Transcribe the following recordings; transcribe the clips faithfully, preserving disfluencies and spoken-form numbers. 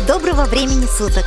доброго времени суток!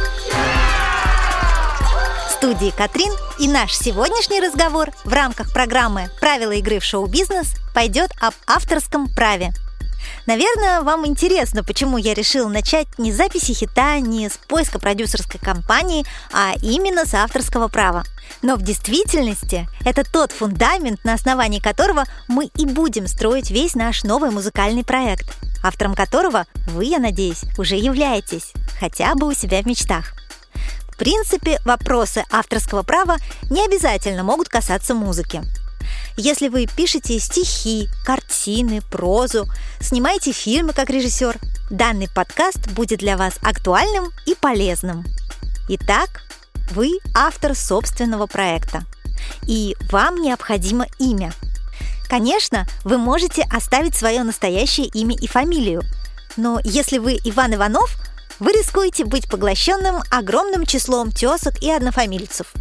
В студии Катрин, и наш сегодняшний разговор в рамках программы «Правила игры в шоу-бизнес» пойдет об авторском праве. Наверное, вам интересно, почему я решила начать не с записи хита, не с поиска продюсерской компании, а именно с авторского права. Но в действительности это тот фундамент, на основании которого мы и будем строить весь наш новый музыкальный проект, автором которого вы, я надеюсь, уже являетесь, хотя бы у себя в мечтах. В принципе, вопросы авторского права не обязательно могут касаться музыки. Если вы пишете стихи, картины, прозу, снимаете фильмы как режиссер, данный подкаст будет для вас актуальным и полезным. Итак, вы автор собственного проекта, и вам необходимо имя. Конечно, вы можете оставить свое настоящее имя и фамилию, но если вы Иван Иванов, вы рискуете быть поглощенным огромным числом тезок и однофамильцев.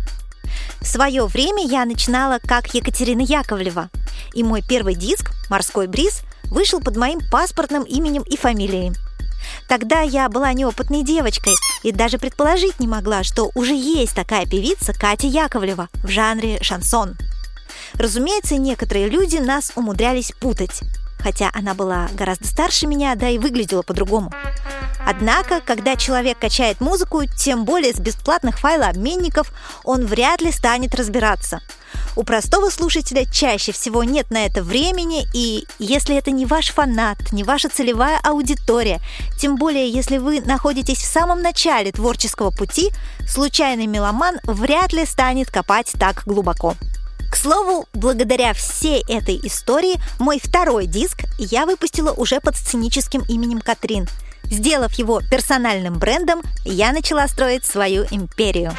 В свое время я начинала как Екатерина Яковлева, и мой первый диск «Морской бриз» вышел под моим паспортным именем и фамилией. Тогда я была неопытной девочкой и даже предположить не могла, что уже есть такая певица Катя Яковлева в жанре шансон. Разумеется, некоторые люди нас умудрялись путать, хотя она была гораздо старше меня, да и выглядела по-другому. Однако, когда человек качает музыку, тем более с бесплатных файлообменников, он вряд ли станет разбираться. У простого слушателя чаще всего нет на это времени, и если это не ваш фанат, не ваша целевая аудитория, тем более если вы находитесь в самом начале творческого пути, случайный меломан вряд ли станет копать так глубоко. К слову, благодаря всей этой истории, мой второй диск я выпустила уже под сценическим именем Катрин. Сделав его персональным брендом, я начала строить свою империю.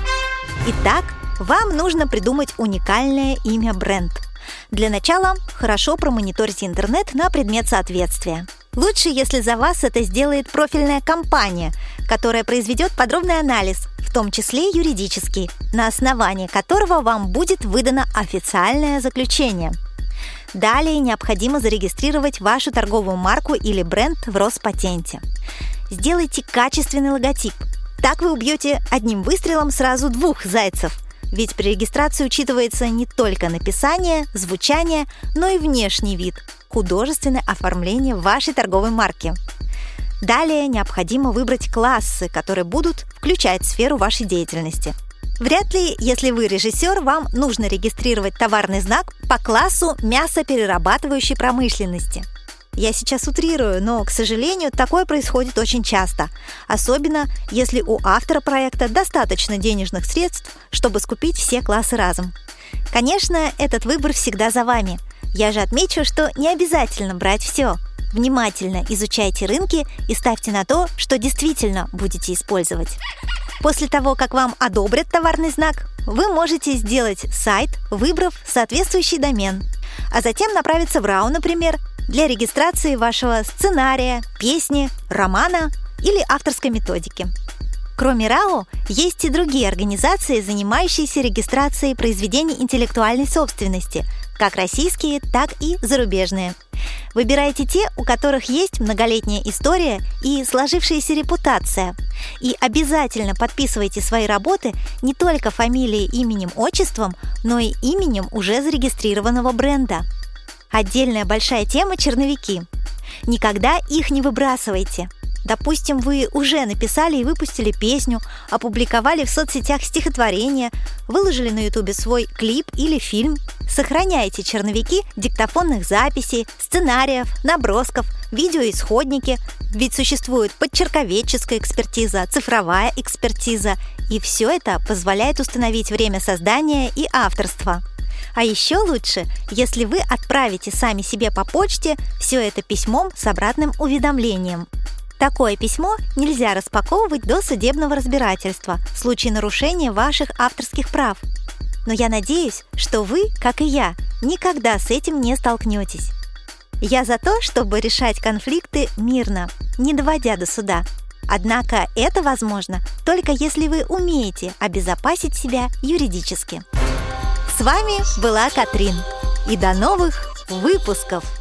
Итак, вам нужно придумать уникальное имя-бренд. Для начала хорошо промониторьте интернет на предмет соответствия. Лучше, если за вас это сделает профильная компания, которая произведет подробный анализ, в том числе юридический, на основании которого вам будет выдано официальное заключение. Далее необходимо зарегистрировать вашу торговую марку или бренд в Роспатенте. Сделайте качественный логотип. Так вы убьете одним выстрелом сразу двух зайцев, ведь при регистрации учитывается не только написание, звучание, но и внешний вид, художественное оформление вашей торговой марки. Далее необходимо выбрать классы, которые будут включать сферу вашей деятельности. Вряд ли, если вы режиссер, вам нужно регистрировать товарный знак по классу мясоперерабатывающей промышленности. Я сейчас утрирую, но, к сожалению, такое происходит очень часто, особенно если у автора проекта достаточно денежных средств, чтобы скупить все классы разом. Конечно, этот выбор всегда за вами. Я же отмечу, что не обязательно брать все. Внимательно изучайте рынки и ставьте на то, что действительно будете использовать. После того, как вам одобрят товарный знак, вы можете сделать сайт, выбрав соответствующий домен, а затем направиться в РАО, например, для регистрации вашего сценария, песни, романа или авторской методики. Кроме РАО, есть и другие организации, занимающиеся регистрацией произведений интеллектуальной собственности, как российские, так и зарубежные. Выбирайте те, у которых есть многолетняя история и сложившаяся репутация. И обязательно подписывайте свои работы не только фамилией, именем, отчеством, но и именем уже зарегистрированного бренда. Отдельная большая тема – черновики. Никогда их не выбрасывайте. Допустим, вы уже написали и выпустили песню, опубликовали в соцсетях стихотворение, выложили на ютубе свой клип или фильм. Сохраняйте черновики диктофонных записей, сценариев, набросков, видеоисходники, ведь существует подчерковедческая экспертиза, цифровая экспертиза, и все это позволяет установить время создания и авторства. А еще лучше, если вы отправите сами себе по почте все это письмом с обратным уведомлением. Такое письмо нельзя распаковывать до судебного разбирательства в случае нарушения ваших авторских прав. Но я надеюсь, что вы, как и я, никогда с этим не столкнетесь. Я за то, чтобы решать конфликты мирно, не доводя до суда. Однако это возможно только если вы умеете обезопасить себя юридически. С вами была Катрин. И до новых выпусков!